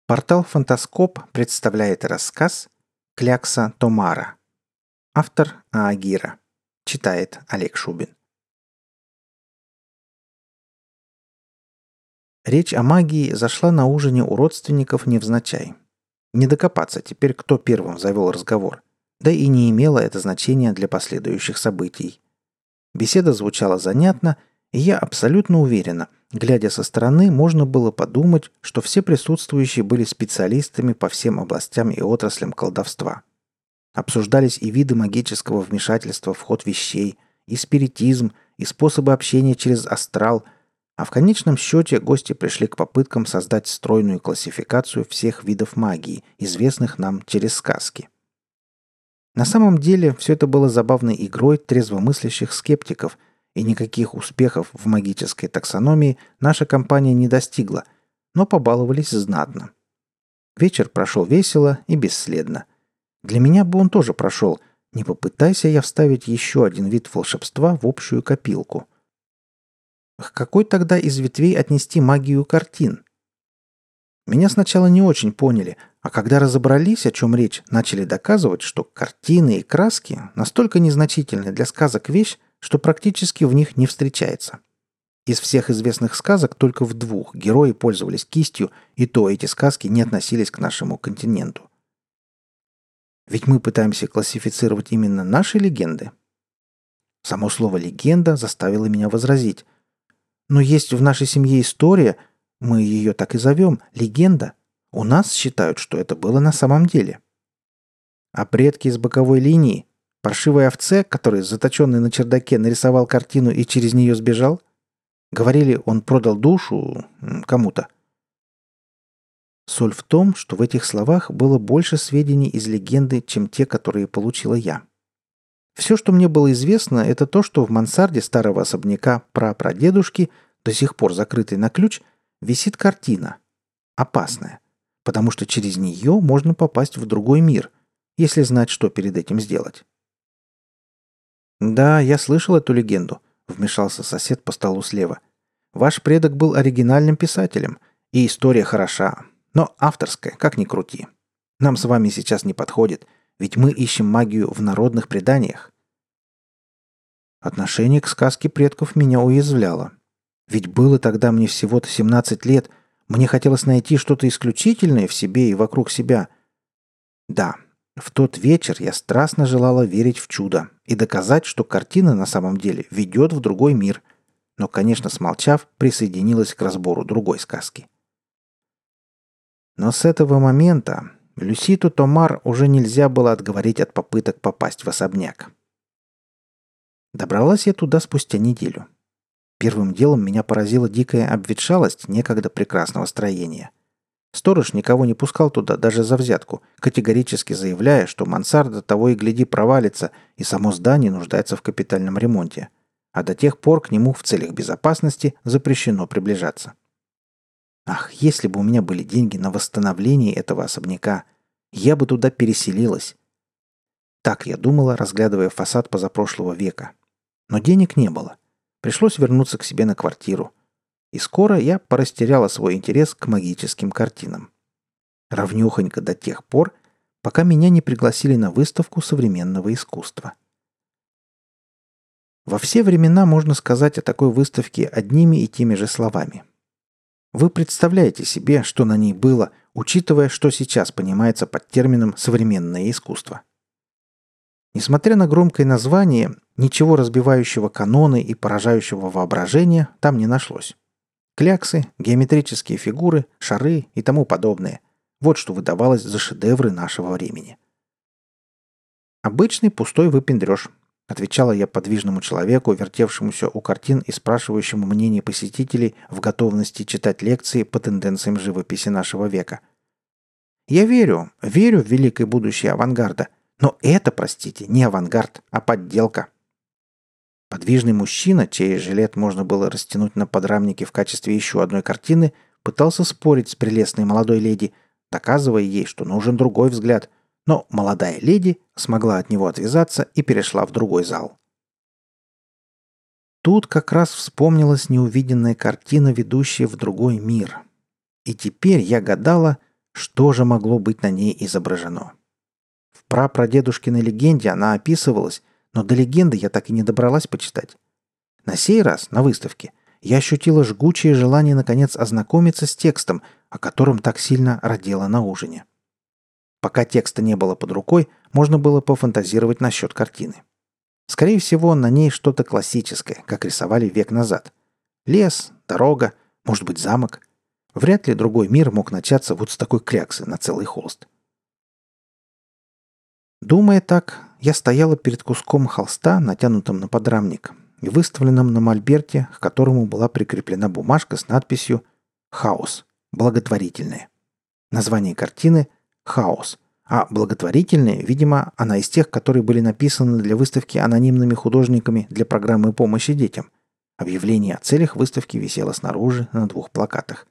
Портал «Фантаскоп» представляет рассказ «Клякса Томара». Автор Аагира. Читает Олег Шубин. Речь о магии зашла на ужине у родственников невзначай. Не докопаться теперь, кто первым завел разговор. Да и не имело это значения для последующих событий. Беседа звучала занятно, и я абсолютно уверена, глядя со стороны, можно было подумать, что все присутствующие были специалистами по всем областям и отраслям колдовства. Обсуждались и виды магического вмешательства в ход вещей, и спиритизм, и способы общения через астрал, а в конечном счете гости пришли к попыткам создать стройную классификацию всех видов магии, известных нам через сказки. На самом деле все это было забавной игрой трезвомыслящих скептиков, и никаких успехов в магической таксономии наша компания не достигла, но побаловались знатно. Вечер прошел весело и бесследно. Для меня бы он тоже прошел, не попытайся я вставить еще один вид волшебства в общую копилку. К какой тогда из ветвей отнести магию картин? Меня сначала не очень поняли, а когда разобрались, о чем речь, начали доказывать, что картины и краски настолько незначительны для сказок вещь, что практически в них не встречается. Из всех известных сказок только в 2 герои пользовались кистью, и то эти сказки не относились к нашему континенту. Ведь мы пытаемся классифицировать именно наши легенды. Само слово «легенда» заставило меня возразить. Но есть в нашей семье история, мы ее так и зовем, легенда. У нас считают, что это было на самом деле. А предки с боковой линии, паршивой овце, который, заточенный на чердаке, нарисовал картину и через нее сбежал? Говорили, он продал душу кому-то. Соль в том, что в этих словах было больше сведений из легенды, чем те, которые получила я. Все, что мне было известно, это то, что в мансарде старого особняка прапрадедушки, до сих пор закрытой на ключ, висит картина. Опасная. Потому что через нее можно попасть в другой мир, если знать, что перед этим сделать. «Да, я слышал эту легенду», — вмешался сосед по столу слева. «Ваш предок был оригинальным писателем, и история хороша, но авторская, как ни крути. Нам с вами сейчас не подходит, ведь мы ищем магию в народных преданиях». Отношение к сказке предков меня уязвляло. Ведь было тогда мне всего-то 17 лет, мне хотелось найти что-то исключительное в себе и вокруг себя. Да, в тот вечер я страстно желала верить в чудо и доказать, что картина на самом деле ведет в другой мир, но, конечно, смолчав, присоединилась к разбору другой сказки. Но с этого момента Люситу Томар уже нельзя было отговорить от попыток попасть в особняк. Добралась я туда спустя неделю. Первым делом меня поразила дикая обветшалость некогда прекрасного строения. Сторож никого не пускал туда даже за взятку, категорически заявляя, что мансарда того и гляди провалится, и само здание нуждается в капитальном ремонте, а до тех пор к нему в целях безопасности запрещено приближаться. Ах, если бы у меня были деньги на восстановление этого особняка, я бы туда переселилась. Так я думала, разглядывая фасад позапрошлого века. Но денег не было. Пришлось вернуться к себе на квартиру. И скоро я порастеряла свой интерес к магическим картинам. Равнёхонько до тех пор, пока меня не пригласили на выставку современного искусства. Во все времена можно сказать о такой выставке одними и теми же словами. Вы представляете себе, что на ней было, учитывая, что сейчас понимается под термином «современное искусство». Несмотря на громкое название, ничего разбивающего каноны и поражающего воображения там не нашлось. Кляксы, геометрические фигуры, шары и тому подобное. Вот что выдавалось за шедевры нашего времени. «Обычный пустой выпендрёж», — отвечала я подвижному человеку, вертевшемуся у картин и спрашивающему мнение посетителей в готовности читать лекции по тенденциям живописи нашего века. «Я верю в великое будущее авангарда, но это, простите, не авангард, а подделка». Подвижный мужчина, чей жилет можно было растянуть на подрамнике в качестве еще одной картины, пытался спорить с прелестной молодой леди, доказывая ей, что нужен другой взгляд, но молодая леди смогла от него отвязаться и перешла в другой зал. Тут как раз вспомнилась неувиденная картина, ведущая в другой мир. И теперь я гадала, Что же могло быть на ней изображено? В прапрадедушкиной легенде она описывалась, но до легенды я так и не добралась почитать. На сей раз, на выставке, я ощутила жгучее желание наконец ознакомиться с текстом, о котором так сильно родила на ужине. Пока текста не было под рукой, можно было пофантазировать насчет картины. Скорее всего, на ней что-то классическое, как рисовали век назад. Лес, дорога, может быть, замок. Вряд ли другой мир мог начаться вот с такой кляксы на целый холст. Думая так, я стояла перед куском холста, натянутым на подрамник, и выставленным на мольберте, к которому была прикреплена бумажка с надписью «Хаос. Благотворительное». Название картины «Хаос», а благотворительные, видимо, она из тех, которые были написаны для выставки анонимными художниками для программы помощи детям. Объявление о целях выставки висело снаружи на 2 плакатах.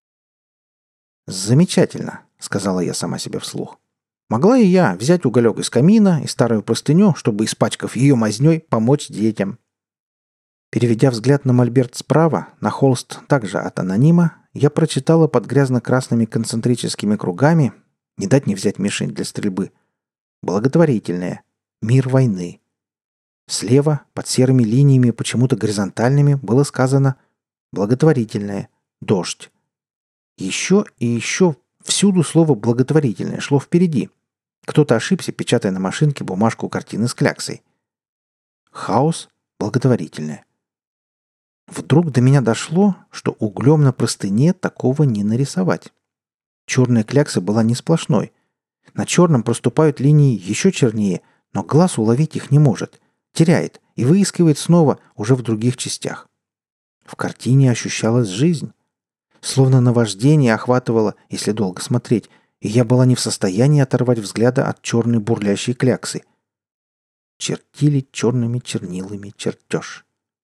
«Замечательно», — сказала я сама себе вслух. «Могла и я взять уголек из камина и старую простыню, чтобы, испачкав ее мазнёй, помочь детям». Переведя взгляд на мольберт справа, на холст также от анонима, я прочитала под грязно-красными концентрическими кругами, не дать не взять мишень для стрельбы, благотворительное, мир войны. Слева, под серыми линиями, почему-то горизонтальными, было сказано благотворительное, дождь. Еще и еще всюду слово «благотворительное» шло впереди. Кто-то ошибся, печатая на машинке бумажку картины с кляксой. Хаос, благотворительное. Вдруг до меня дошло, что углем на простыне такого не нарисовать. Черная клякса была не сплошной. На черном проступают линии еще чернее, но глаз уловить их не может. Теряет и выискивает снова уже в других частях. В картине ощущалась жизнь. Словно наваждение охватывало, если долго смотреть, и я была не в состоянии оторвать взгляда от черной бурлящей кляксы. Чертили черными чернилами чертеж.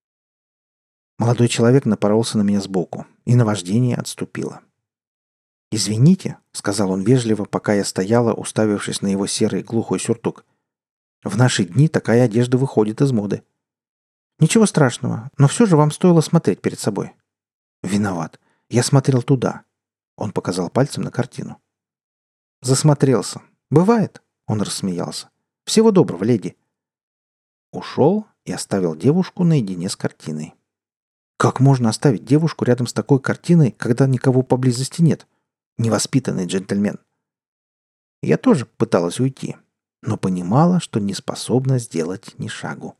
Молодой человек напоролся на меня сбоку, и наваждение отступило. «Извините», — сказал он вежливо, пока я стояла, уставившись на его серый глухой сюртук. «В наши дни такая одежда выходит из моды». «Ничего страшного, но все же вам стоило смотреть перед собой». «Виноват. Я смотрел туда». Он показал пальцем на картину. «Засмотрелся. Бывает?» — он рассмеялся. «Всего доброго, леди». Ушел и оставил девушку наедине с картиной. Как можно оставить девушку рядом с такой картиной, когда никого поблизости нет? Невоспитанный джентльмен. Я тоже пыталась уйти, но понимала, что не способна сделать ни шагу.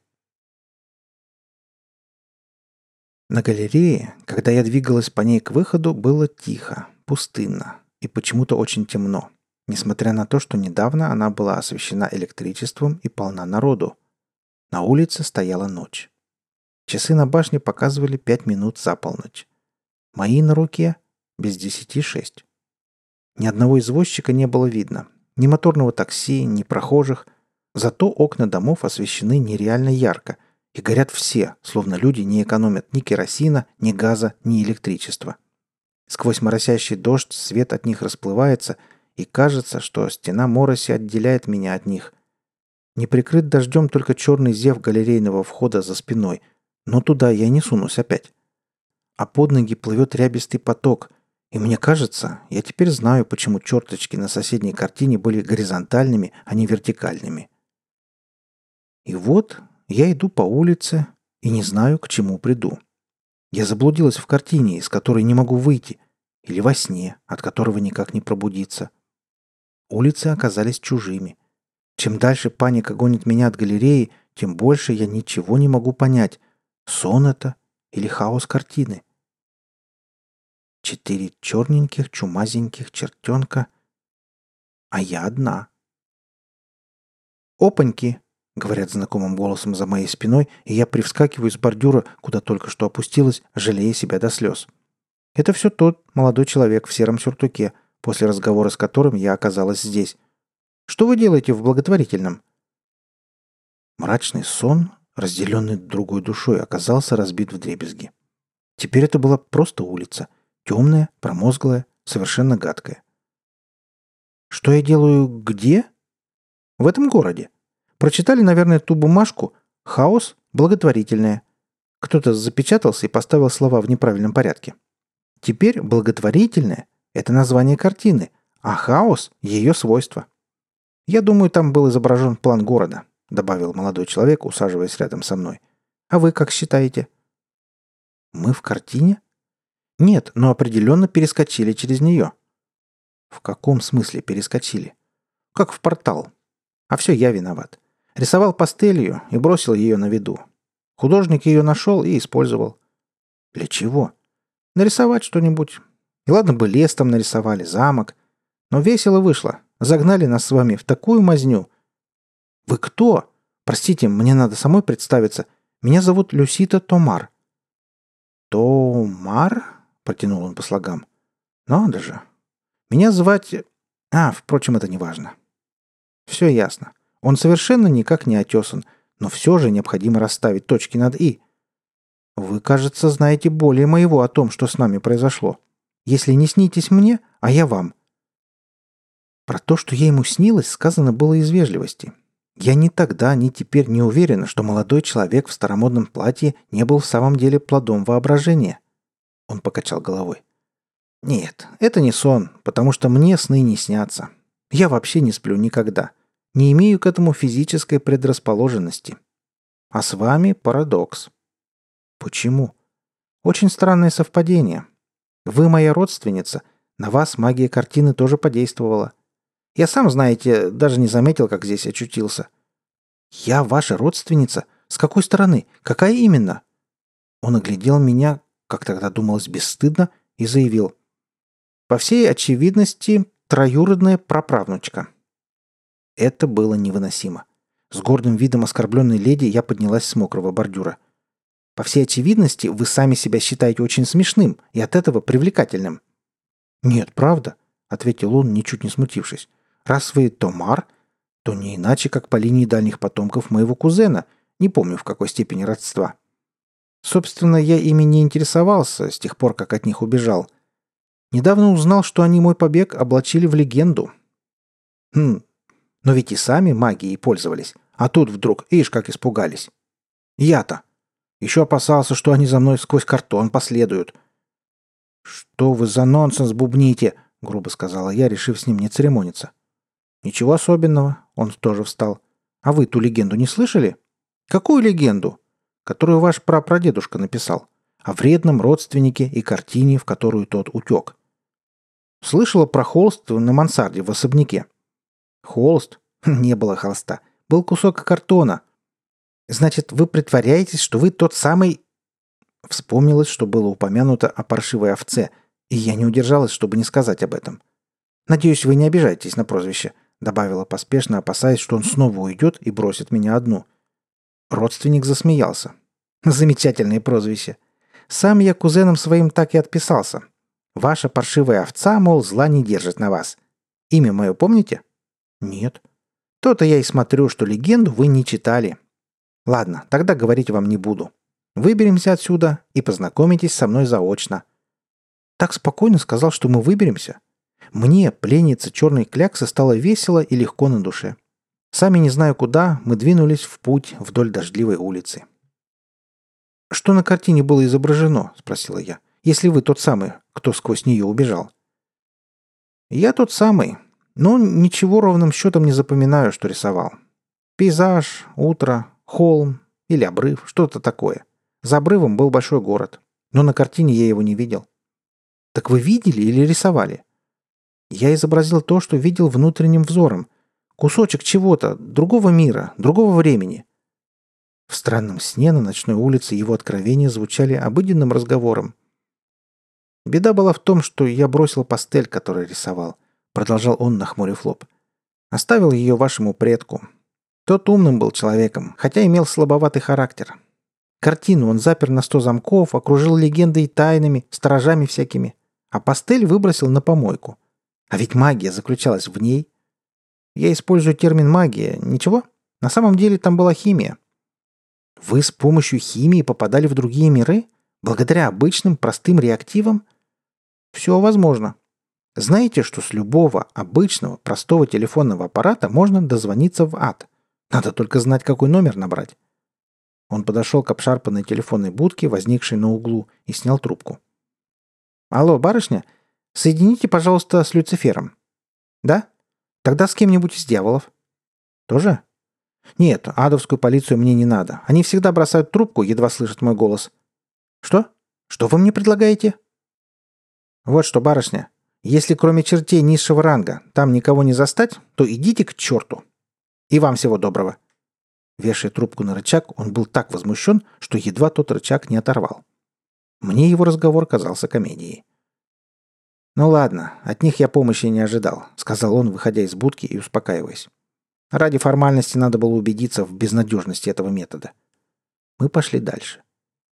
На галерее, когда я двигалась по ней к выходу, было тихо, пустынно и почему-то очень темно, несмотря на то, что недавно она была освещена электричеством и полна народу. На улице стояла ночь. Часы на башне показывали 5 минут за полночь. Мои на руке без 10:06. Ни одного извозчика не было видно. Ни моторного такси, ни прохожих. Зато окна домов освещены нереально ярко. И горят все, словно люди не экономят ни керосина, ни газа, ни электричества. Сквозь моросящий дождь свет от них расплывается, и кажется, что стена мороси отделяет меня от них. Не прикрыт дождем только черный зев галерейного входа за спиной, но туда я не сунусь опять. А под ноги плывет рябистый поток, и мне кажется, я теперь знаю, почему черточки на соседней картине были горизонтальными, а не вертикальными. И вот я иду по улице и не знаю, к чему приду. Я заблудилась в картине, из которой не могу выйти, или во сне, от которого никак не пробудиться. Улицы оказались чужими. Чем дальше паника гонит меня от галереи, тем больше я ничего не могу понять, сон это или хаос картины. 4 черненьких, чумазеньких чертенка, а я одна. «Опаньки!» — говорят знакомым голосом за моей спиной, и я привскакиваю с бордюра, куда только что опустилась, жалея себя до слез. Это все тот молодой человек в сером сюртуке, после разговора с которым я оказалась здесь. «Что вы делаете в благотворительном?» Мрачный сон, разделенный другой душой, оказался разбит вдребезги. Теперь это была просто улица. Темная, промозглая, совершенно гадкая. Что я делаю где? В этом городе. Прочитали, наверное, ту бумажку «Хаос благотворительное». Кто-то запечатался и поставил слова в неправильном порядке. Теперь благотворительное – это название картины, А хаос — ее свойство. Я думаю, там был изображен план города, добавил молодой человек, усаживаясь рядом со мной. А вы как считаете? Мы в картине? Нет, но определенно перескочили через нее. В каком смысле перескочили? Как в портал. А все я виноват. Рисовал пастелью и бросил ее на виду. Художник ее нашел и использовал. Для чего? Нарисовать что-нибудь. И ладно бы лес там нарисовали, замок. Но весело вышло. Загнали нас с вами в такую мазню. Вы кто? Простите, мне надо самой представиться. Меня зовут Люсита Томар. Томар? Протянул он по слогам. Надо же. Меня звать... впрочем, это не важно. Все ясно. Он совершенно никак не отесан, но все же необходимо расставить точки над «и». Вы, кажется, знаете более моего о том, что с нами произошло. Если не снитесь мне, а я вам. Про то, что ей ему снилось, сказано было из вежливости. Я ни тогда, ни теперь не уверена, что молодой человек в старомодном платье не был в самом деле плодом воображения. Он покачал головой. Нет, это не сон, потому что мне сны не снятся. Я вообще не сплю никогда. Не имею к этому физической предрасположенности. А с вами парадокс. Почему? Очень странное совпадение. Вы моя родственница, на вас магия картины тоже подействовала. Я сам, знаете, даже не заметил, как здесь очутился. Я ваша родственница? С какой стороны? Какая именно? Он оглядел меня, как тогда думалось, бесстыдно, и заявил. По всей очевидности, троюродная праправнучка. Это было невыносимо. С гордым видом оскорбленной леди я поднялась с мокрого бордюра. По всей очевидности, вы сами себя считаете очень смешным и от этого привлекательным. Нет, правда, ответил он, ничуть не смутившись. Раз вы Томар, то не иначе, как по линии дальних потомков моего кузена, не помню в какой степени родства. Собственно, я ими не интересовался с тех пор, как от них убежал. Недавно узнал, что они мой побег облачили в легенду. Но ведь и сами магией пользовались. А тут вдруг, ишь, как испугались. Я-то. Еще опасался, что они за мной сквозь картон последуют. «Что вы за нонсенс бубните?» — грубо сказала я, решив с ним не церемониться. «Ничего особенного». Он тоже встал. «А вы ту легенду не слышали?» «Какую легенду?» «Которую ваш прапрадедушка написал. О вредном родственнике и картине, в которую тот утек». «Слышала про холст на мансарде в особняке». «Холст? Не было холста. Был кусок картона». «Значит, вы притворяетесь, что вы тот самый...» Вспомнилось, что было упомянуто о паршивой овце, и я не удержалась, чтобы не сказать об этом. «Надеюсь, вы не обижаетесь на прозвище», — добавила поспешно, опасаясь, что он снова уйдет и бросит меня одну. Родственник засмеялся. «Замечательное прозвище. Сам я кузенам своим так и отписался. Ваша паршивая овца, мол, зла не держит на вас. Имя мое помните?» «Нет». «То-то я и смотрю, что легенду вы не читали. Ладно, тогда говорить вам не буду. Выберемся отсюда и познакомитесь со мной заочно». Так спокойно сказал, что мы выберемся. Мне, пленнице черной кляксы, стало весело и легко на душе. Сами не знаю куда, мы двинулись в путь вдоль дождливой улицы. «Что на картине было изображено?» – спросила я. «Если вы тот самый, кто сквозь нее убежал». «Я тот самый, но ничего ровным счетом не запоминаю, что рисовал. Пейзаж, утро, холм или обрыв, что-то такое. За обрывом был большой город, но на картине я его не видел». «Так вы видели или рисовали?» «Я изобразил то, что видел внутренним взором. Кусочек чего-то, другого мира, другого времени». В странном сне на ночной улице его откровения звучали обыденным разговором. «Беда была в том, что я бросил пастель, которую рисовал», — продолжал он, нахмурив лоб. «Оставил ее вашему предку. Тот умным был человеком, хотя имел слабоватый характер. Картину он запер на 100 замков, окружил легендой и тайнами, сторожами всякими, а пастель выбросил на помойку. А ведь магия заключалась в ней. Я использую термин «магия». Ничего? На самом деле там была химия. Вы с помощью химии попадали в другие миры? Благодаря обычным, простым реактивам? Все возможно. Знаете, что с любого обычного, простого телефонного аппарата можно дозвониться в ад? Надо только знать, какой номер набрать. Он подошел к обшарпанной телефонной будке, возникшей на углу, и снял трубку. «Алло, барышня? Соедините, пожалуйста, с Люцифером». Да? Тогда с кем-нибудь из дьяволов. Тоже? Нет, адовскую полицию мне не надо. Они всегда бросают трубку, едва слышат мой голос. Что? Что вы мне предлагаете? Вот что, барышня, если кроме чертей низшего ранга там никого не застать, то идите к черту. И вам всего доброго. Вешая трубку на рычаг, он был так возмущен, что едва тот рычаг не оторвал. Мне его разговор казался комедией. «Ну ладно, от них я помощи не ожидал», — сказал он, выходя из будки и успокаиваясь. Ради формальности надо было убедиться в безнадежности этого метода. Мы пошли дальше.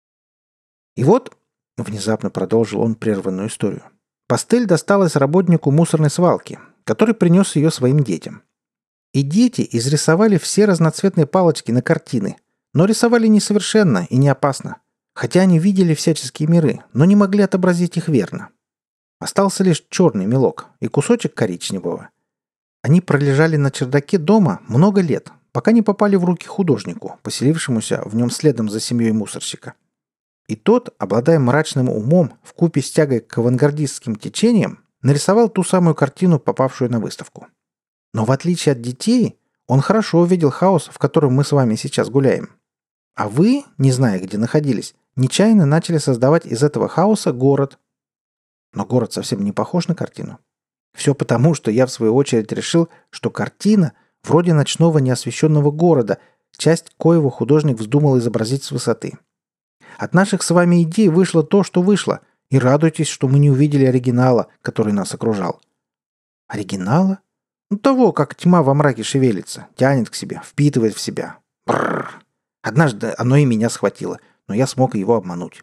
И вот, внезапно продолжил он прерванную историю, пастель досталась работнику мусорной свалки, который принес ее своим детям. И дети изрисовали все разноцветные палочки на картины, но рисовали несовершенно и не опасно, хотя они видели всяческие миры, но не могли отобразить их верно. Остался лишь черный мелок и кусочек коричневого. Они пролежали на чердаке дома много лет, пока не попали в руки художнику, поселившемуся в нем следом за семьей мусорщика. И тот, обладая мрачным умом вкупе с тягой к авангардистским течениям, нарисовал ту самую картину, попавшую на выставку. Но в отличие от детей, он хорошо увидел хаос, в котором мы с вами сейчас гуляем. А вы, не зная, где находились, нечаянно начали создавать из этого хаоса город. Но город совсем не похож на картину. Все потому, что я в свою очередь решил, что картина вроде ночного неосвещенного города, часть коего художник вздумал изобразить с высоты. От наших с вами идей вышло то, что вышло, и радуйтесь, что мы не увидели оригинала, который нас окружал. Оригинала? Ну, того, как тьма во мраке шевелится, тянет к себе, впитывает в себя. Бррр. Однажды оно и меня схватило, но я смог его обмануть.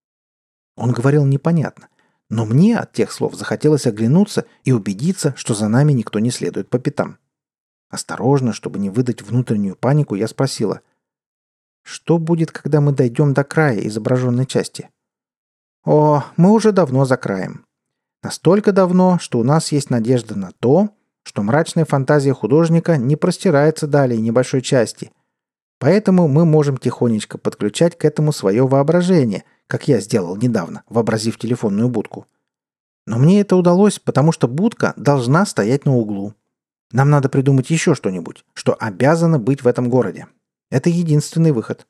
Он говорил непонятно, но мне от тех слов захотелось оглянуться и убедиться, что за нами никто не следует по пятам. Осторожно, чтобы не выдать внутреннюю панику, я спросила, что будет, когда мы дойдем до края изображенной части? О, мы уже давно за краем. Настолько давно, что у нас есть надежда на то, что мрачная фантазия художника не простирается далее небольшой части. Поэтому мы можем тихонечко подключать к этому свое воображение, как я сделал недавно, вообразив телефонную будку. Но мне это удалось, потому что будка должна стоять на углу. Нам надо придумать еще что-нибудь, что обязано быть в этом городе. Это единственный выход.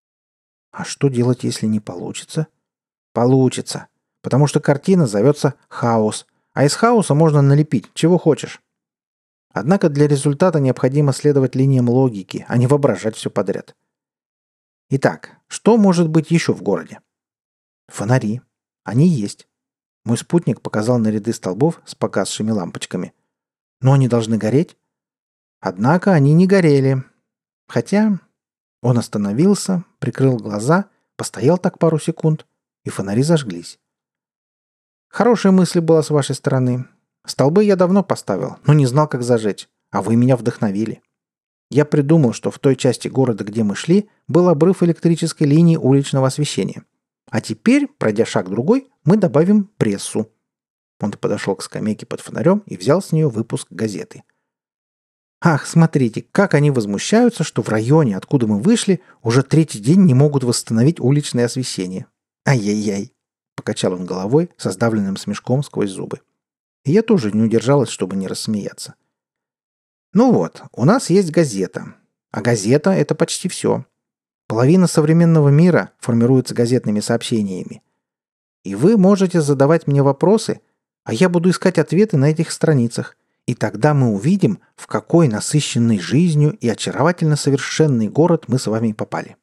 А что делать, если не получится? Получится, потому что картина зовется «Хаос», а из хаоса можно налепить чего хочешь. Однако для результата необходимо следовать линиям логики, а не воображать все подряд. Итак, что может быть еще в городе? Фонари. Они есть. Мой спутник показал на ряды столбов с погасшими лампочками. Но они должны гореть. Однако они не горели. Хотя он остановился, прикрыл глаза, постоял так пару секунд, и фонари зажглись. Хорошая мысль была с вашей стороны. Столбы я давно поставил, но не знал, как зажечь, а вы меня вдохновили. Я придумал, что в той части города, где мы шли, был обрыв электрической линии уличного освещения. А теперь, пройдя шаг другой, мы добавим прессу. Он подошел к скамейке под фонарем и взял с нее выпуск газеты. Ах, смотрите, как они возмущаются, что в районе, откуда мы вышли, уже третий день не могут восстановить уличное освещение. Ай-яй-яй, покачал он головой со сдавленным смешком сквозь зубы. И я тоже не удержалась, чтобы не рассмеяться. Ну вот, у нас есть газета. А газета — это почти все. Половина современного мира формируется газетными сообщениями. И вы можете задавать мне вопросы, а я буду искать ответы на этих страницах. И тогда мы увидим, в какой насыщенный жизнью и очаровательно совершенный город мы с вами попали.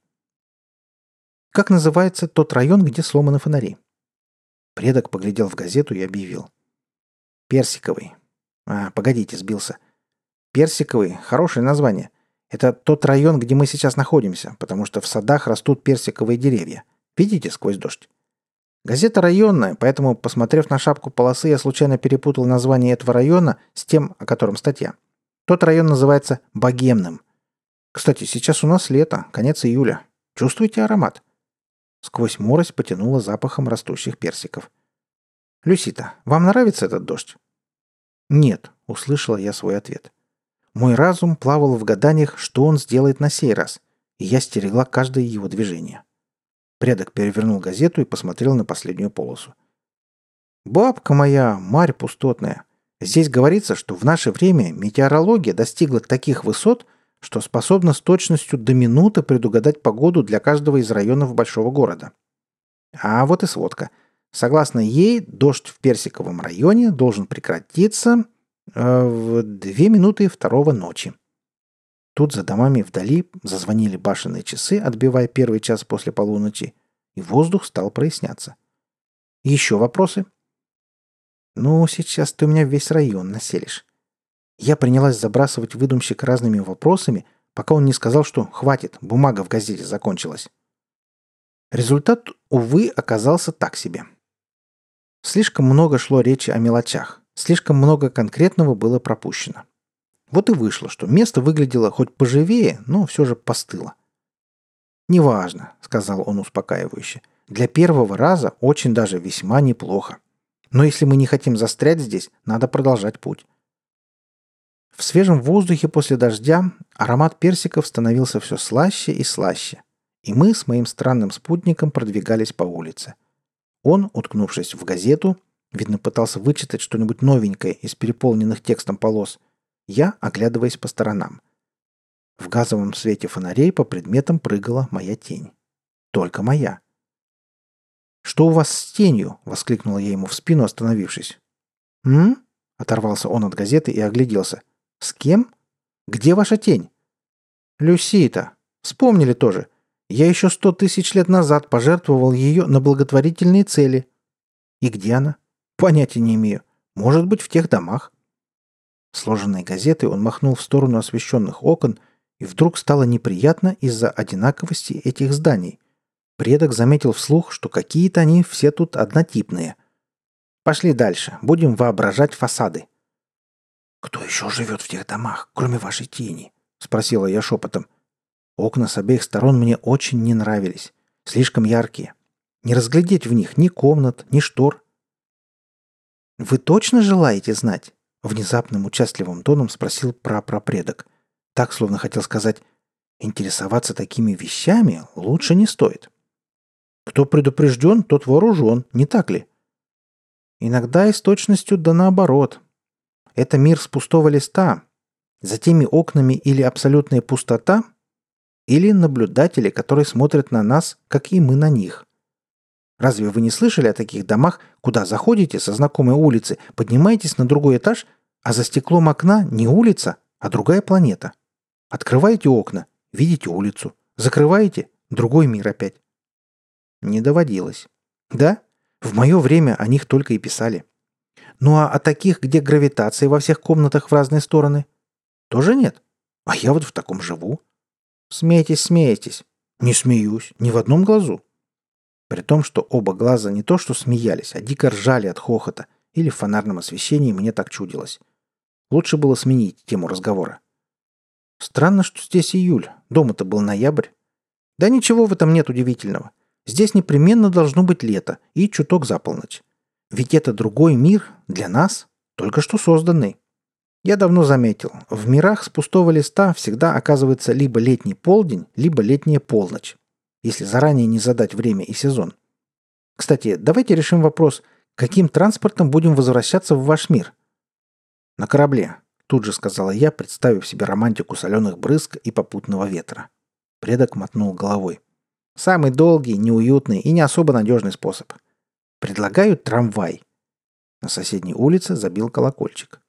Как называется тот район, где сломаны фонари? Предок поглядел в газету и объявил. Персиковый. Погодите, сбился. Персиковый – хорошее название. Это тот район, где мы сейчас находимся, потому что в садах растут персиковые деревья. Видите сквозь дождь? Газета районная, поэтому, посмотрев на шапку полосы, я случайно перепутал название этого района с тем, о котором статья. Тот район называется Богемным. Кстати, сейчас у нас лето, конец июля. Чувствуете аромат? Сквозь морось потянуло запахом растущих персиков. «Люсита, вам нравится этот дождь?» «Нет», — услышала я свой ответ. Мой разум плавал в гаданиях, что он сделает на сей раз, и я стерегла каждое его движение. Предок перевернул газету и посмотрел на последнюю полосу. «Бабка моя, марь пустотная, Здесь говорится, что в наше время метеорология достигла таких высот, что способна с точностью до минуты предугадать погоду для каждого из районов большого города. А вот и сводка. Согласно ей, дождь в Персиковом районе должен прекратиться в 2 минуты 2 ночи. Тут за домами вдали зазвонили башенные часы, отбивая первый час после полуночи, и воздух стал проясняться. Еще вопросы? Ну, сейчас ты у меня весь район населишь. Я принялась забрасывать выдумщик разными вопросами, пока он не сказал, что хватит, бумага в газете закончилась. Результат, увы, оказался так себе. Слишком много шло речи о мелочах, слишком много конкретного было пропущено. Вот и вышло, что место выглядело хоть поживее, но все же постыло. «Неважно», — сказал он успокаивающе. «Для первого раза очень даже весьма неплохо. Но если мы не хотим застрять здесь, надо продолжать путь». В свежем воздухе после дождя аромат персиков становился все слаще и слаще, и мы с моим странным спутником продвигались по улице. Он, уткнувшись в газету, видно, пытался вычитать что-нибудь новенькое из переполненных текстом полос, я, оглядываясь по сторонам. В газовом свете фонарей по предметам прыгала моя тень. Только моя. «Что у вас с тенью?» — воскликнула я ему в спину, остановившись. «М?» — оторвался он от газеты и огляделся. «С кем? Где ваша тень?» «Люсита. Вспомнили тоже. Я еще 100 000 лет назад пожертвовал ее на благотворительные цели». «И где она?» «Понятия не имею. Может быть, в тех домах». Сложенной газетой он махнул в сторону освещенных окон, и вдруг стало неприятно из-за одинаковости этих зданий. Предок заметил вслух, что какие-то они все тут однотипные. «Пошли дальше. Будем воображать фасады». «Кто еще живет в тех домах, кроме вашей тени?» — спросила я шепотом. Окна с обеих сторон мне очень не нравились. Слишком яркие. Не разглядеть в них ни комнат, ни штор. «Вы точно желаете знать?» — внезапным участливым тоном спросил прапрапредок. Так, словно хотел сказать, интересоваться такими вещами лучше не стоит. Кто предупрежден, тот вооружен, не так ли? Иногда и с точностью да наоборот. Это мир с пустого листа. За теми окнами или абсолютная пустота, или наблюдатели, которые смотрят на нас, как и мы на них. Разве вы не слышали о таких домах, куда заходите со знакомой улицы, поднимаетесь на другой этаж, а за стеклом окна не улица, а другая планета? Открываете окна, видите улицу. Закрываете — другой мир опять. Не доводилось. Да? В мое время о них только и писали. Ну а о таких, где гравитация во всех комнатах в разные стороны? Тоже нет? А я вот в таком живу. Смейтесь, смеетесь. Не смеюсь, ни в одном глазу. При том, что оба глаза не то что смеялись, а дико ржали от хохота, или в фонарном освещении мне так чудилось. Лучше было сменить тему разговора. Странно, что здесь июль, дома-то был ноябрь. Да ничего в этом нет удивительного. Здесь непременно должно быть лето и чуток за полночь. Ведь это другой мир для нас, только что созданный. Я давно заметил, в мирах с пустого листа всегда оказывается либо летний полдень, либо летняя полночь, если заранее не задать время и сезон. Кстати, давайте решим вопрос, каким транспортом будем возвращаться в ваш мир? На корабле, тут же сказала я, представив себе романтику соленых брызг и попутного ветра. Предок мотнул головой. Самый долгий, неуютный и не особо надежный способ. Предлагаю трамвай. На соседней улице забил колокольчик.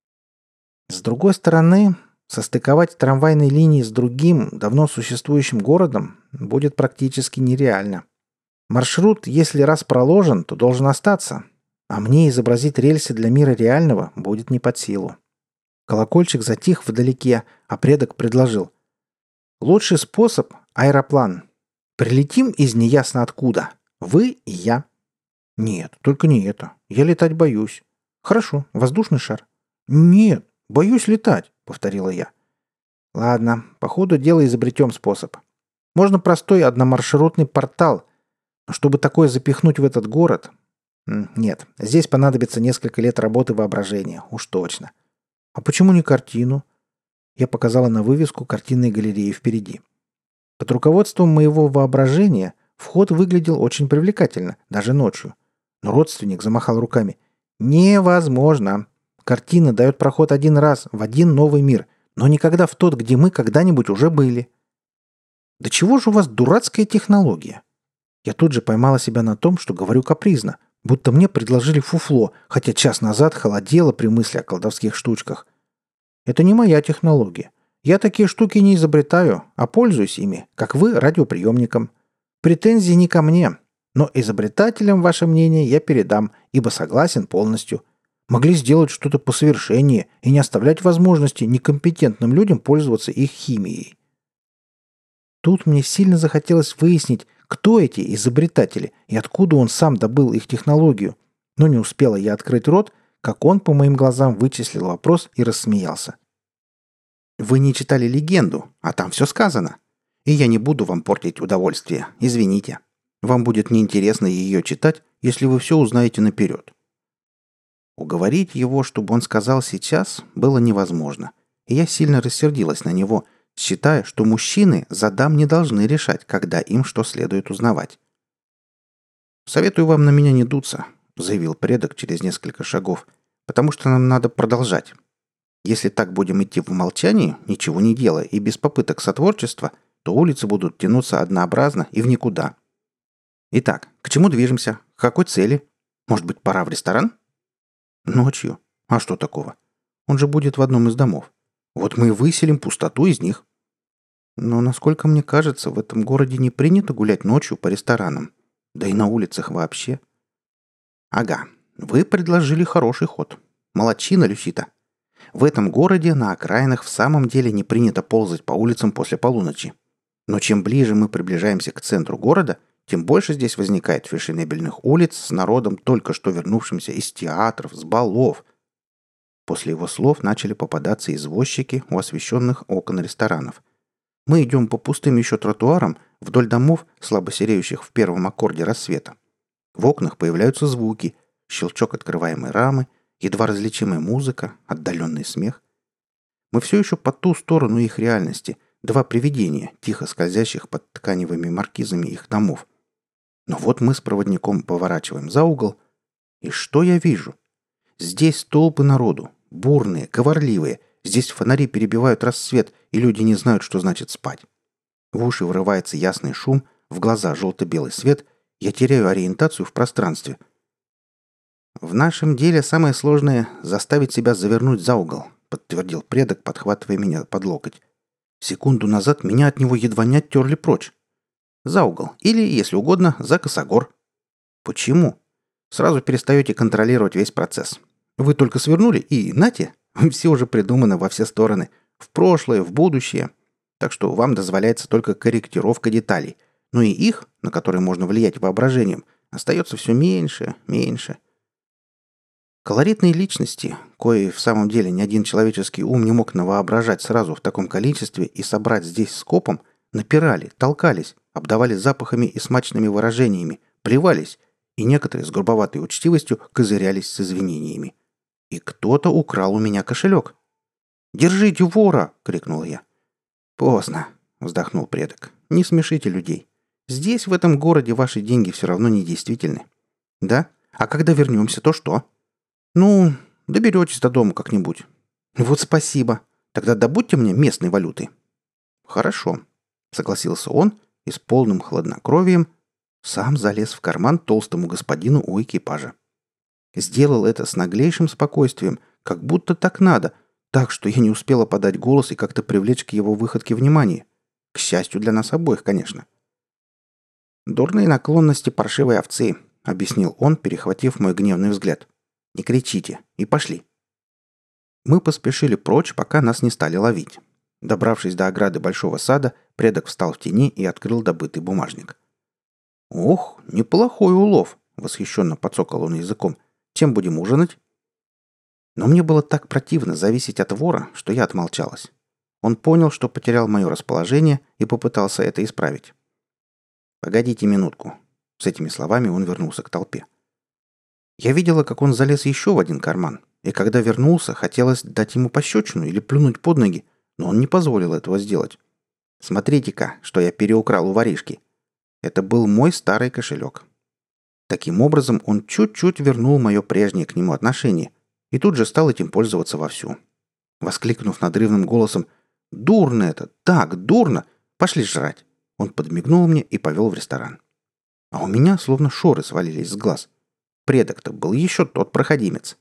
С другой стороны, состыковать трамвайные линии с другим, давно существующим городом будет практически нереально. Маршрут, если раз проложен, то должен остаться, а мне изобразить рельсы для мира реального будет не под силу. Колокольчик затих вдалеке, а предок предложил. Лучший способ — аэроплан. Прилетим из неясно откуда. Вы и я. Нет, только не это. Я летать боюсь. Хорошо, воздушный шар. Нет, боюсь летать, повторила я. Ладно, по ходу дела изобретем способ. Можно простой одномаршрутный портал. Но чтобы такое запихнуть в этот город... Нет, здесь понадобится несколько лет работы воображения, уж точно. А почему не картину? Я показала на вывеску картинной галереи впереди. Под руководством моего воображения вход выглядел очень привлекательно, даже ночью. Но родственник замахал руками. «Невозможно. Картина дает проход один раз, в один новый мир, но никогда в тот, где мы когда-нибудь уже были. Да чего же у вас дурацкая технология? Я тут же поймала себя на том, что говорю капризно, будто мне предложили фуфло, хотя час назад холодело при мысли о колдовских штучках. Это не моя технология. Я такие штуки не изобретаю, а пользуюсь ими, как вы, радиоприемником. Претензии не ко мне, но изобретателям ваше мнение я передам, ибо согласен полностью. Могли сделать что-то посовершеннее и не оставлять возможности некомпетентным людям пользоваться их химией. Тут мне сильно захотелось выяснить, кто эти изобретатели и откуда он сам добыл их технологию, но не успела я открыть рот, как он по моим глазам вычислил вопрос и рассмеялся. «Вы не читали легенду, а там все сказано. И я не буду вам портить удовольствие, извините. Вам будет неинтересно ее читать, если вы все узнаете наперед». Уговорить его, чтобы он сказал сейчас, было невозможно, и я сильно рассердилась на него, считая, что мужчины за дам не должны решать, когда им что следует узнавать. «Советую вам на меня не дуться», — заявил предок через несколько шагов, «потому что нам надо продолжать. Если так будем идти в молчании, ничего не делая и без попыток сотворчества, то улицы будут тянуться однообразно и в никуда. Итак, к чему движемся? К какой цели? Может быть, пора в ресторан?» «Ночью? А что такого? Он же будет в одном из домов. Вот мы и выселим пустоту из них». «Но, насколько мне кажется, в этом городе не принято гулять ночью по ресторанам. Да и на улицах вообще». «Ага, вы предложили хороший ход. Молодчина, Люсита. В этом городе на окраинах в самом деле не принято ползать по улицам после полуночи. Но чем ближе мы приближаемся к центру города, тем больше здесь возникает фешенебельных улиц с народом, только что вернувшимся из театров, с балов». После его слов начали попадаться извозчики у освещенных окон ресторанов. Мы идем по пустым еще тротуарам вдоль домов, слабо сереющих в первом аккорде рассвета. В окнах появляются звуки, щелчок открываемой рамы, едва различимая музыка, отдаленный смех. Мы все еще по ту сторону их реальности, два привидения, тихо скользящих под тканевыми маркизами их домов. Но вот мы с проводником поворачиваем за угол, и что я вижу? Здесь толпы народу, бурные, говорливые, здесь фонари перебивают рассвет, и люди не знают, что значит спать. В уши врывается ясный шум, в глаза желто-белый свет, я теряю ориентацию в пространстве. «В нашем деле самое сложное — заставить себя завернуть за угол», — подтвердил предок, подхватывая меня под локоть. Секунду назад меня от него едва не оттерли прочь. «За угол. Или, если угодно, за косогор». «Почему?» «Сразу перестаете контролировать весь процесс. Вы только свернули, и, нате, все уже придумано во все стороны. В прошлое, в будущее. Так что вам дозволяется только корректировка деталей. Но и их, на которые можно влиять воображением, остается все меньше, меньше». Колоритные личности, кои в самом деле ни один человеческий ум не мог навоображать сразу в таком количестве и собрать здесь скопом, напирали, толкались, обдавали запахами и смачными выражениями, плевались, и некоторые с грубоватой учтивостью козырялись с извинениями. И кто-то украл у меня кошелек. «Держите вора!» — крикнул я. «Поздно!» — вздохнул предок. «Не смешите людей. Здесь, в этом городе, ваши деньги все равно недействительны. Да? А когда вернемся, то что? Ну, доберетесь до дома как-нибудь. Вот спасибо. Тогда добудьте мне местной валюты». «Хорошо», — согласился он и с полным хладнокровием сам залез в карман толстому господину у экипажа. Сделал это с наглейшим спокойствием, как будто так надо, так что я не успела подать голос и как-то привлечь к его выходке внимание. К счастью для нас обоих, конечно. «Дурные наклонности паршивой овцы», — объяснил он, перехватив мой гневный взгляд. «Не кричите. И пошли». Мы поспешили прочь, пока нас не стали ловить. Добравшись до ограды большого сада, предок встал в тени и открыл добытый бумажник. «Ох, неплохой улов!» — восхищенно подсокал он языком. «Чем будем ужинать?» Но мне было так противно зависеть от вора, что я отмолчалась. Он понял, что потерял мое расположение и попытался это исправить. «Погодите минутку». С этими словами он вернулся к толпе. Я видела, как он залез еще в один карман, и когда вернулся, хотелось дать ему пощечину или плюнуть под ноги, но он не позволил этого сделать. «Смотрите-ка, что я переукрал у воришки». Это был мой старый кошелек. Таким образом, он чуть-чуть вернул мое прежнее к нему отношение, и тут же стал этим пользоваться вовсю. Воскликнув надрывным голосом: «Дурно это! Так, дурно! Пошли жрать!» Он подмигнул мне и повел в ресторан. А у меня словно шоры свалились с глаз. Предок-то был еще тот проходимец.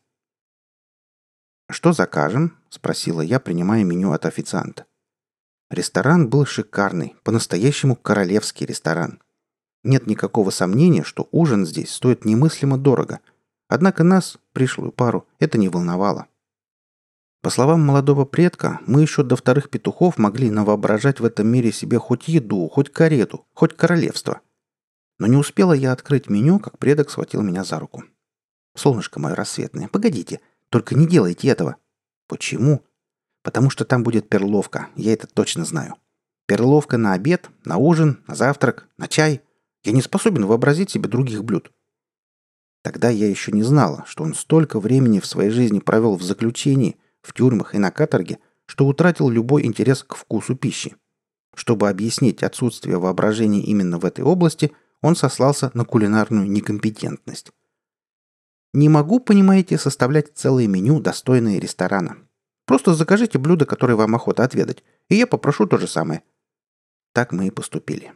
«Что закажем?» – спросила я, принимая меню от официанта. Ресторан был шикарный, по-настоящему королевский ресторан. Нет никакого сомнения, что ужин здесь стоит немыслимо дорого. Однако нас, пришлую пару, это не волновало. По словам молодого предка, мы еще до вторых петухов могли навоображать в этом мире себе хоть еду, хоть карету, хоть королевство. Но не успела я открыть меню, как предок схватил меня за руку. «Солнышко мое рассветное, погодите, только не делайте этого». «Почему?» «Потому что там будет перловка, я это точно знаю. Перловка на обед, на ужин, на завтрак, на чай. Я не способен вообразить себе других блюд». Тогда я еще не знала, что он столько времени в своей жизни провел в заключении, в тюрьмах и на каторге, что утратил любой интерес к вкусу пищи. Чтобы объяснить отсутствие воображения именно в этой области, он сослался на кулинарную некомпетентность. «Не могу, понимаете, составлять целое меню, достойное ресторана. Просто закажите блюдо, которое вам охота отведать, и я попрошу то же самое». Так мы и поступили.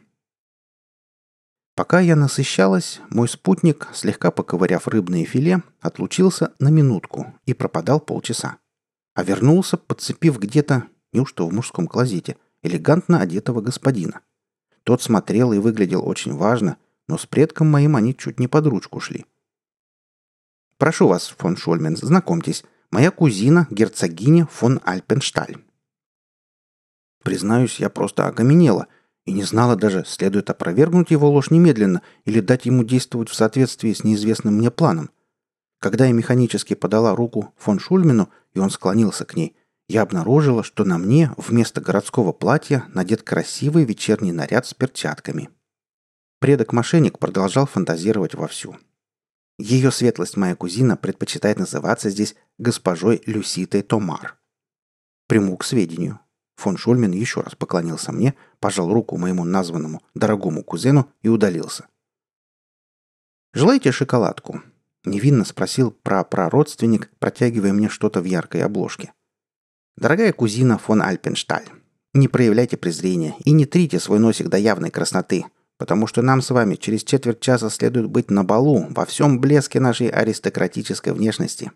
Пока я насыщалась, мой спутник, слегка поковыряв рыбное филе, отлучился на минутку и пропадал полчаса. А вернулся, подцепив где-то, неужто в мужском клозете, элегантно одетого господина. Тот смотрел и выглядел очень важно, но с предком моим они чуть не под ручку шли. «Прошу вас, фон Шульмен, знакомьтесь, моя кузина, герцогиня фон Альпеншталь». Признаюсь, я просто окаменела и не знала даже, следует опровергнуть его ложь немедленно или дать ему действовать в соответствии с неизвестным мне планом. Когда я механически подала руку фон Шульмену, и он склонился к ней, я обнаружила, что на мне вместо городского платья надет красивый вечерний наряд с перчатками. Предок-мошенник продолжал фантазировать вовсю. Ее светлость, моя кузина, предпочитает называться здесь госпожой Люситой Томар. Приму к сведению. Фон Шульмен еще раз поклонился мне, пожал руку моему названному дорогому кузену и удалился. «Желаете шоколадку?» — невинно спросил прародственник, протягивая мне что-то в яркой обложке. «Дорогая кузина фон Альпеншталь, не проявляйте презрения и не трите свой носик до явной красноты, потому что нам с вами через четверть часа следует быть на балу во всем блеске нашей аристократической внешности».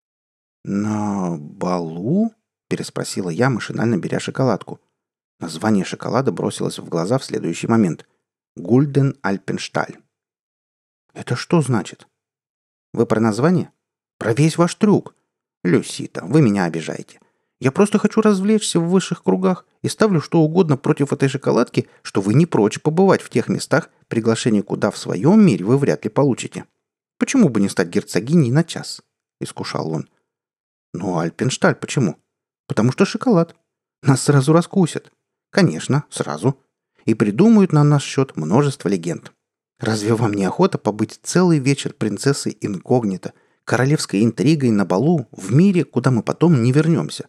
«На балу?» — переспросила я, машинально беря шоколадку. Название шоколада бросилось в глаза в следующий момент. «Гульден Альпеншталь». «Это что значит?» «Вы про название?» «Про весь ваш трюк». «Люсита, вы меня обижаете. Я просто хочу развлечься в высших кругах и ставлю что угодно против этой шоколадки, что вы не прочь побывать в тех местах, приглашение куда в своем мире вы вряд ли получите. Почему бы не стать герцогиней на час?» — искушал он. «Ну, Альпеншталь почему?» «Потому что шоколад. Нас сразу раскусят». «Конечно, сразу. И придумают на наш счет множество легенд. Разве вам не охота побыть целый вечер принцессой инкогнито, королевской интригой на балу в мире, куда мы потом не вернемся?»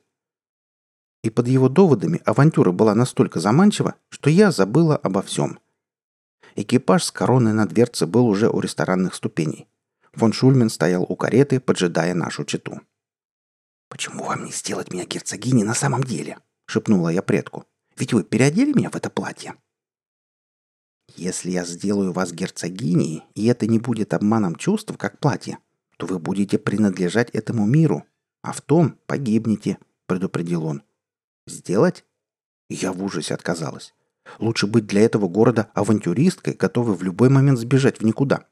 И под его доводами авантюра была настолько заманчива, что я забыла обо всем. Экипаж с короной на дверце был уже у ресторанных ступеней. Фон Шульмен стоял у кареты, поджидая нашу чету. «Почему вам не сделать меня герцогиней на самом деле?» — шепнула я предку. «Ведь вы переодели меня в это платье». «Если я сделаю вас герцогиней, и это не будет обманом чувств, как платье, то вы будете принадлежать этому миру, а в том погибнете», — предупредил он. «Сделать?» Я в ужасе отказалась. Лучше быть для этого города авантюристкой, готовой в любой момент сбежать в никуда.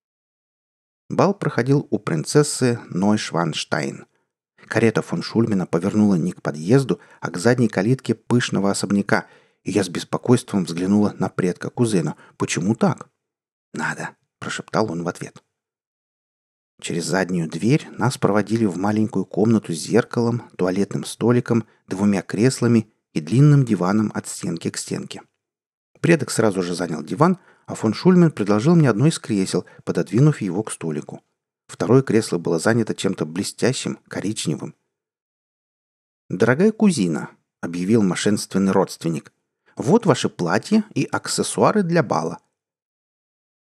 Бал проходил у принцессы Нойшванштайн. Карета фон Шульмена повернула не к подъезду, а к задней калитке пышного особняка, и я с беспокойством взглянула на предка кузена. «Почему так?» «Надо», — прошептал он в ответ. Через заднюю дверь нас проводили в маленькую комнату с зеркалом, туалетным столиком, 2 креслами и длинным диваном от стенки к стенке. Предок сразу же занял диван, а фон Шульмен предложил мне одно из кресел, пододвинув его к столику. Второе кресло было занято чем-то блестящим, коричневым. «Дорогая кузина», — объявил мошенственный родственник, — «вот ваше платье и аксессуары для бала».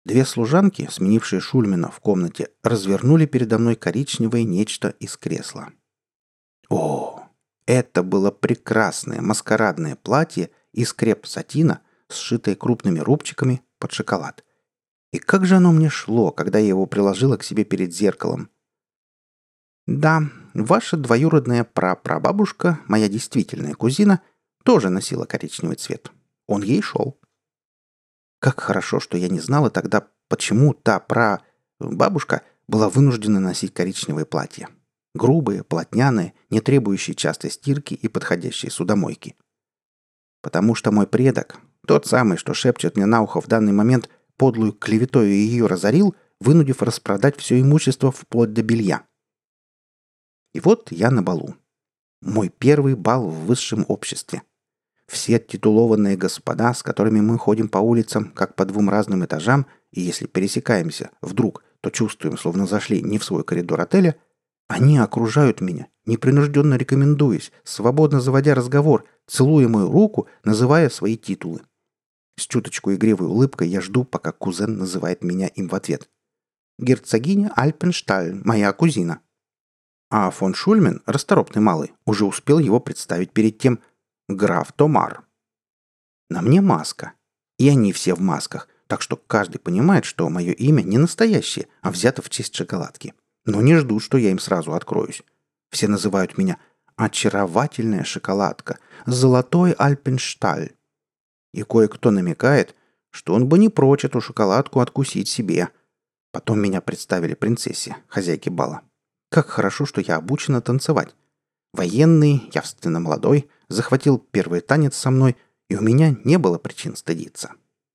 Две служанки, сменившие Шульмана в комнате, развернули передо мной коричневое нечто из кресла. О, это было прекрасное маскарадное платье из креп-сатина, сшитое крупными рубчиками под шоколад. И как же оно мне шло, когда я его приложила к себе перед зеркалом. Да, ваша двоюродная прапрабабушка, моя действительная кузина, тоже носила коричневый цвет. Он ей шел. Как хорошо, что я не знала тогда, почему та бабушка была вынуждена носить коричневое платье. Грубые, полотняные, не требующие частой стирки и подходящие судомойки. Потому что мой предок, тот самый, что шепчет мне на ухо в данный момент, подлую клеветою ее разорил, вынудив распродать все имущество вплоть до белья. И вот я на балу. Мой первый бал в высшем обществе. Все титулованные господа, с которыми мы ходим по улицам, как по двум разным этажам, и если пересекаемся вдруг, то чувствуем, словно зашли не в свой коридор отеля, они окружают меня, непринужденно рекомендуясь, свободно заводя разговор, целуя мою руку, называя свои титулы. С чуточку игривой улыбкой я жду, пока кузен называет меня им в ответ. «Герцогиня Альпеншталь, моя кузина». А фон Шульмен, расторопный малый, уже успел его представить перед тем «Граф Томар». На мне маска. И они все в масках, так что каждый понимает, что мое имя не настоящее, а взято в честь шоколадки. Но не ждут, что я им сразу откроюсь. Все называют меня «очаровательная шоколадка», «золотой Альпеншталь». И кое-кто намекает, что он бы не прочь эту шоколадку откусить себе. Потом меня представили принцессе, хозяйке бала. Как хорошо, что я обучена танцевать. Военный, явственно молодой, захватил первый танец со мной, и у меня не было причин стыдиться.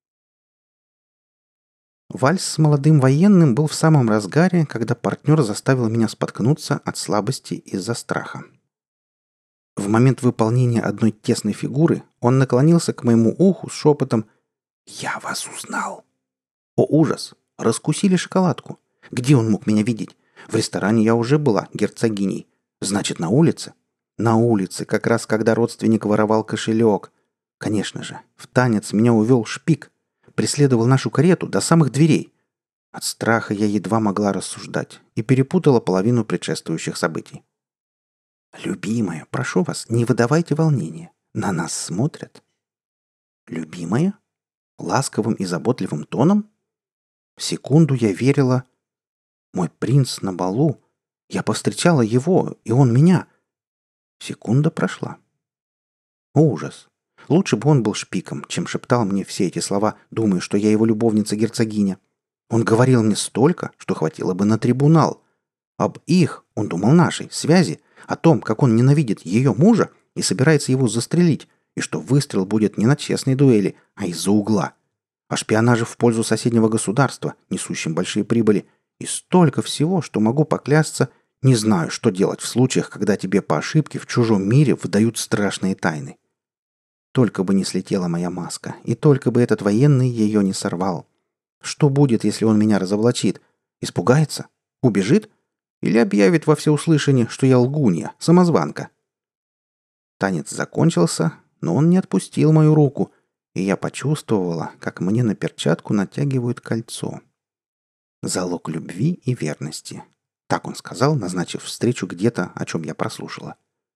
Вальс с молодым военным был в самом разгаре, когда партнер заставил меня споткнуться от слабости из-за страха. В момент выполнения одной тесной фигуры он наклонился к моему уху с шепотом «Я вас узнал». О, ужас! Раскусили шоколадку. Где он мог меня видеть? В ресторане я уже была герцогиней. Значит, на улице? На улице, как раз когда родственник воровал кошелек. Конечно же, в танец меня увел шпик. Преследовал нашу карету до самых дверей. От страха я едва могла рассуждать и перепутала половину предшествующих событий. «Любимая, прошу вас, не выдавайте волнения. На нас смотрят». «Любимая? Ласковым и заботливым тоном?» Секунду я верила. Мой принц на балу. Я повстречала его, и он меня. Секунда прошла. Ужас. Лучше бы он был шпиком, чем шептал мне все эти слова, думая, что я его любовница-герцогиня. Он говорил мне столько, что хватило бы на трибунал. Об их, он думал нашей, связи, о том, как он ненавидит ее мужа и собирается его застрелить, и что выстрел будет не на честной дуэли, а из-за угла. О шпионаже в пользу соседнего государства, несущем большие прибыли, и столько всего, что могу поклясться, не знаю, что делать в случаях, когда тебе по ошибке в чужом мире выдают страшные тайны. Только бы не слетела моя маска, и только бы этот военный ее не сорвал. Что будет, если он меня разоблачит? Испугается? Убежит? Или объявит во всеуслышание, что я лгунья, самозванка? Танец закончился, но он не отпустил мою руку, и я почувствовала, как мне на перчатку натягивают кольцо. Залог любви и верности. Так он сказал, назначив встречу где-то, о чем я прослушала.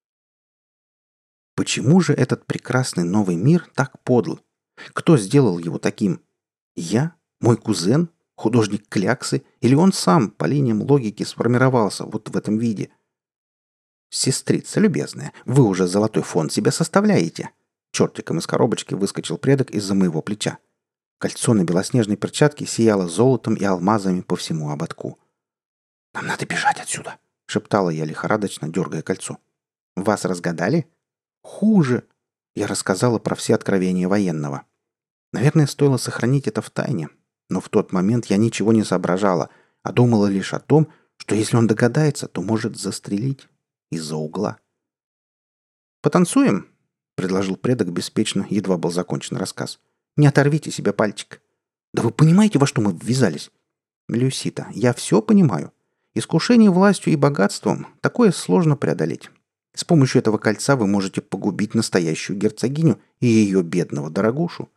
Почему же этот прекрасный новый мир так подл? Кто сделал его таким? Я? Мой кузен? Художник Кляксы? Или он сам по линиям логики сформировался вот в этом виде? Сестрица любезная, вы уже золотой фонд себе составляете. Чертиком из коробочки выскочил предок из-за моего плеча. Кольцо на белоснежной перчатке сияло золотом и алмазами по всему ободку. «Нам надо бежать отсюда», — шептала я лихорадочно, дергая кольцо. «Вас разгадали?» «Хуже!» Я рассказала про все откровения военного. Наверное, стоило сохранить это в тайне, но в тот момент я ничего не соображала, а думала лишь о том, что если он догадается, то может застрелить из-за угла. «Потанцуем?» — предложил предок беспечно, едва был закончен рассказ. «Не оторвите себе пальчик». «Да вы понимаете, во что мы ввязались?» «Люсита, я все понимаю. Искушение властью и богатством — такое сложно преодолеть. С помощью этого кольца вы можете погубить настоящую герцогиню и ее бедного дорогушу.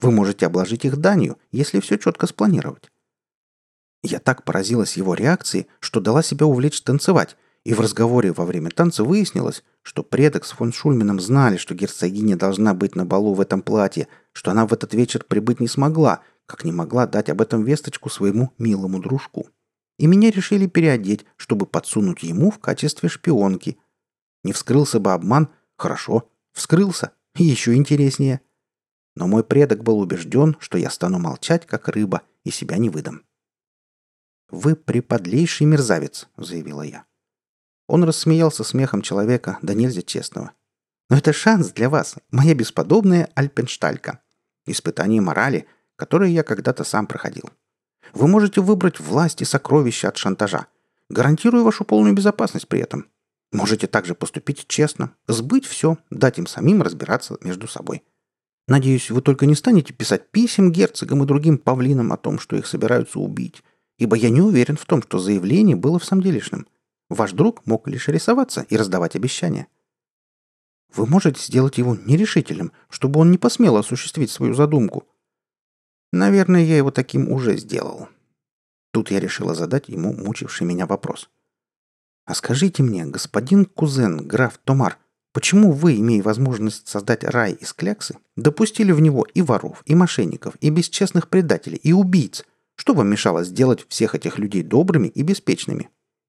Вы можете обложить их данью, если все четко спланировать. Я так поразилась его реакции, что дала себя увлечь танцевать, и в разговоре во время танца выяснилось, что предок с фон Шульманом знали, что герцогиня должна быть на балу в этом платье, что она в этот вечер прибыть не смогла, как не могла дать об этом весточку своему милому дружку. И меня решили переодеть, чтобы подсунуть ему в качестве шпионки. Не вскрылся бы обман, хорошо, вскрылся, еще интереснее. Но мой предок был убежден, что я стану молчать, как рыба, и себя не выдам. «Вы преподлейший мерзавец», — заявила я. Он рассмеялся смехом человека, да нельзя честного. «Но это шанс для вас, моя бесподобная альпеншталька. Испытание морали, которое я когда-то сам проходил. Вы можете выбрать власть и сокровища от шантажа. Гарантирую вашу полную безопасность при этом. Можете также поступить честно, сбыть все, дать им самим разбираться между собой. Надеюсь, вы только не станете писать писем герцогам и другим павлинам о том, что их собираются убить, ибо я не уверен в том, что заявление было в самом делешным. Ваш друг мог лишь рисоваться и раздавать обещания. Вы можете сделать его нерешительным, чтобы он не посмел осуществить свою задумку. Наверное, я его таким уже сделал. Тут я решила задать ему мучивший меня вопрос. А скажите мне, господин кузен, граф Томар, почему вы, имея возможность создать рай из кляксы, допустили в него и воров, и мошенников, и бесчестных предателей, и убийц? Что вам мешало сделать всех этих людей добрыми и беспечными?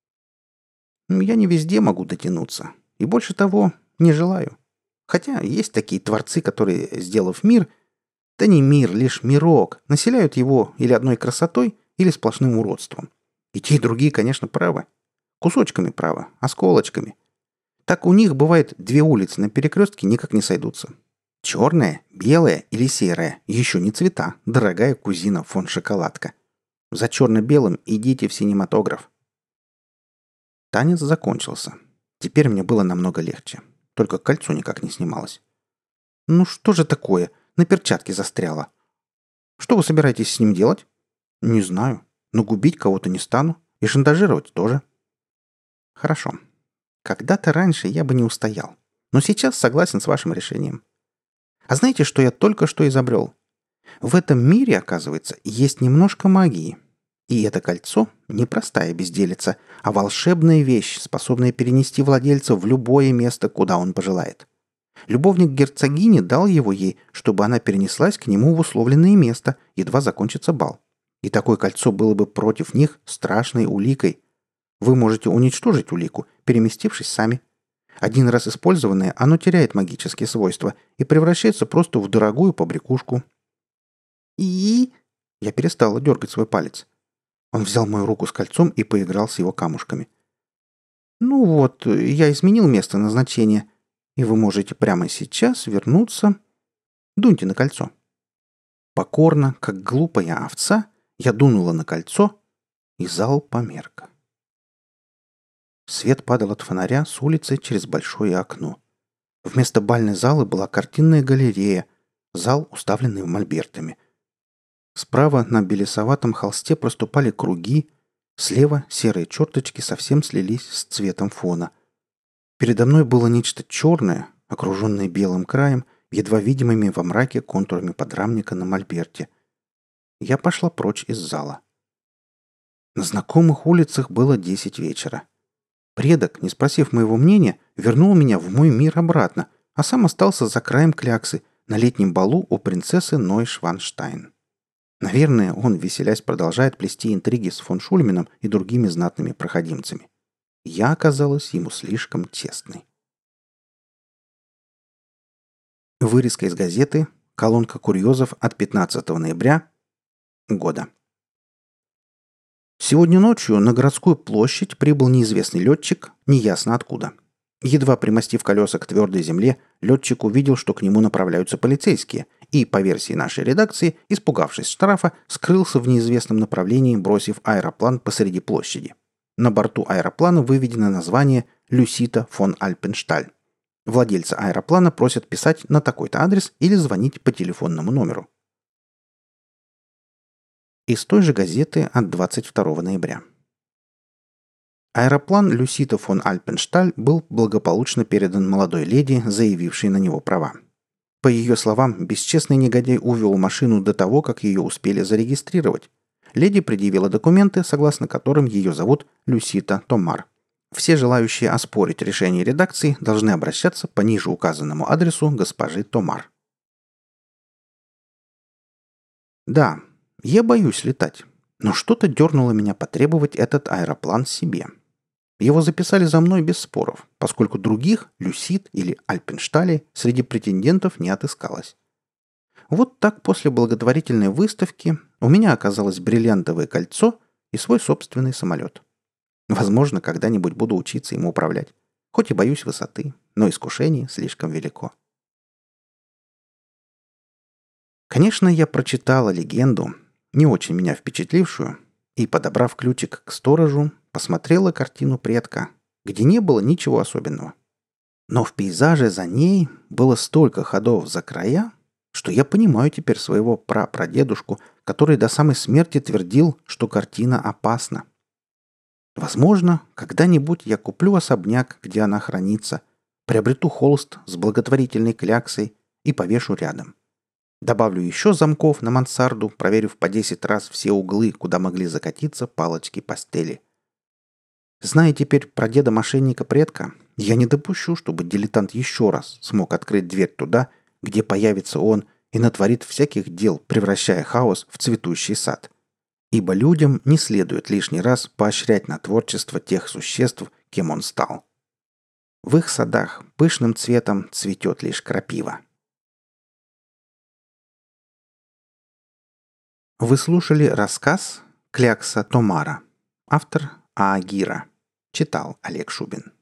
Я не везде могу дотянуться. И больше того, не желаю. Хотя есть такие творцы, которые, сделав мир, да не мир, лишь мирок, населяют его или одной красотой, или сплошным уродством. И те, и другие, конечно, правы. Кусочками правы, осколочками. Так у них бывает две улицы на перекрестке никак не сойдутся. Черная, белая или серая, еще не цвета, дорогая кузина фон Шоколадка. За черно-белым идите в синематограф. Танец закончился. Теперь мне было намного легче. Только кольцо никак не снималось. Ну что же такое? На перчатке застряло. Что вы собираетесь с ним делать? Не знаю. Но губить кого-то не стану. И шантажировать тоже. Хорошо. Когда-то раньше я бы не устоял. Но сейчас согласен с вашим решением. А знаете, что я только что изобрел? В этом мире, оказывается, есть немножко магии. И это кольцо не простая безделица, а волшебная вещь, способная перенести владельца в любое место, куда он пожелает. Любовник герцогини дал его ей, чтобы она перенеслась к нему в условленное место, едва закончится бал. И такое кольцо было бы против них страшной уликой. Вы можете уничтожить улику, переместившись сами. Один раз использованное, оно теряет магические свойства и превращается просто в дорогую побрякушку. И я перестала дергать свой палец. Он взял мою руку с кольцом и поиграл с его камушками. «Ну вот, я изменил место назначения, и вы можете прямо сейчас вернуться. Дуньте на кольцо». Покорно, как глупая овца, я дунула на кольцо, и зал померк. Свет падал от фонаря с улицы через большое окно. Вместо бальной залы была картинная галерея, зал, уставленный мольбертами. Справа на белесоватом холсте проступали круги, слева серые черточки совсем слились с цветом фона. Передо мной было нечто черное, окруженное белым краем, едва видимыми во мраке контурами подрамника на мольберте. Я пошла прочь из зала. На знакомых улицах было 10 вечера. Предок, не спросив моего мнения, вернул меня в мой мир обратно, а сам остался за краем кляксы на летнем балу у принцессы Нойшванштайн. Наверное, он, веселясь, продолжает плести интриги с фон Шульманом и другими знатными проходимцами. Я оказалась ему слишком честной. Вырезка из газеты, колонка курьезов от 15 ноября года. Сегодня ночью на городскую площадь прибыл неизвестный летчик, неясно откуда. Едва примостив колеса к твердой земле, летчик увидел, что к нему направляются полицейские, и, по версии нашей редакции, испугавшись штрафа, скрылся в неизвестном направлении, бросив аэроплан посреди площади. На борту аэроплана выведено название «Люсита фон Альпеншталь». Владельца аэроплана просят писать на такой-то адрес или звонить по телефонному номеру. Из той же газеты от 22 ноября. Аэроплан Люсита фон Альпеншталь был благополучно передан молодой леди, заявившей на него права. По ее словам, бесчестный негодяй увел машину до того, как ее успели зарегистрировать. Леди предъявила документы, согласно которым ее зовут Люсита Томар. Все желающие оспорить решение редакции должны обращаться по ниже указанному адресу госпожи Томар. Да, я боюсь летать, но что-то дернуло меня потребовать этот аэроплан себе. Его записали за мной без споров, поскольку других, Люсит или Альпенштали, среди претендентов не отыскалось. Вот так после благотворительной выставки у меня оказалось бриллиантовое кольцо и свой собственный самолет. Возможно, когда-нибудь буду учиться им управлять. Хоть и боюсь высоты, но искушение слишком велико. Конечно, я прочитала легенду, не очень меня впечатлившую, и, подобрав ключик к сторожу, посмотрела картину предка, где не было ничего особенного. Но в пейзаже за ней было столько ходов за края, что я понимаю теперь своего прапрадедушку, который до самой смерти твердил, что картина опасна. Возможно, когда-нибудь я куплю особняк, где она хранится, приобрету холст с благотворительной кляксой и повешу рядом. Добавлю еще замков на мансарду, проверив по 10 раз все углы, куда могли закатиться палочки пастели. Зная теперь про деда-мошенника предка, я не допущу, чтобы дилетант еще раз смог открыть дверь туда, где появится он и натворит всяких дел, превращая хаос в цветущий сад. Ибо людям не следует лишний раз поощрять на творчество тех существ, кем он стал. В их садах пышным цветом цветет лишь крапива. Вы слушали рассказ «Клякса Томара». Автор Аагира. Читал Олег Шубин.